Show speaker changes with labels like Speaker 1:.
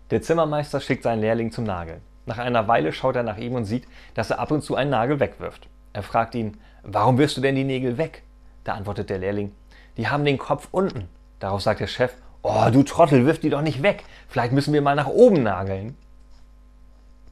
Speaker 1: Der Zimmermeister schickt seinen Lehrling zum Nageln. Nach einer Weile schaut er nach ihm und sieht, dass er ab und zu einen Nagel wegwirft. Er fragt ihn: Warum wirfst du denn die Nägel weg? Da antwortet der Lehrling: Die haben den Kopf unten. Darauf sagt der Chef: Oh, du Trottel, wirf die doch nicht weg. Vielleicht müssen wir mal nach oben nageln.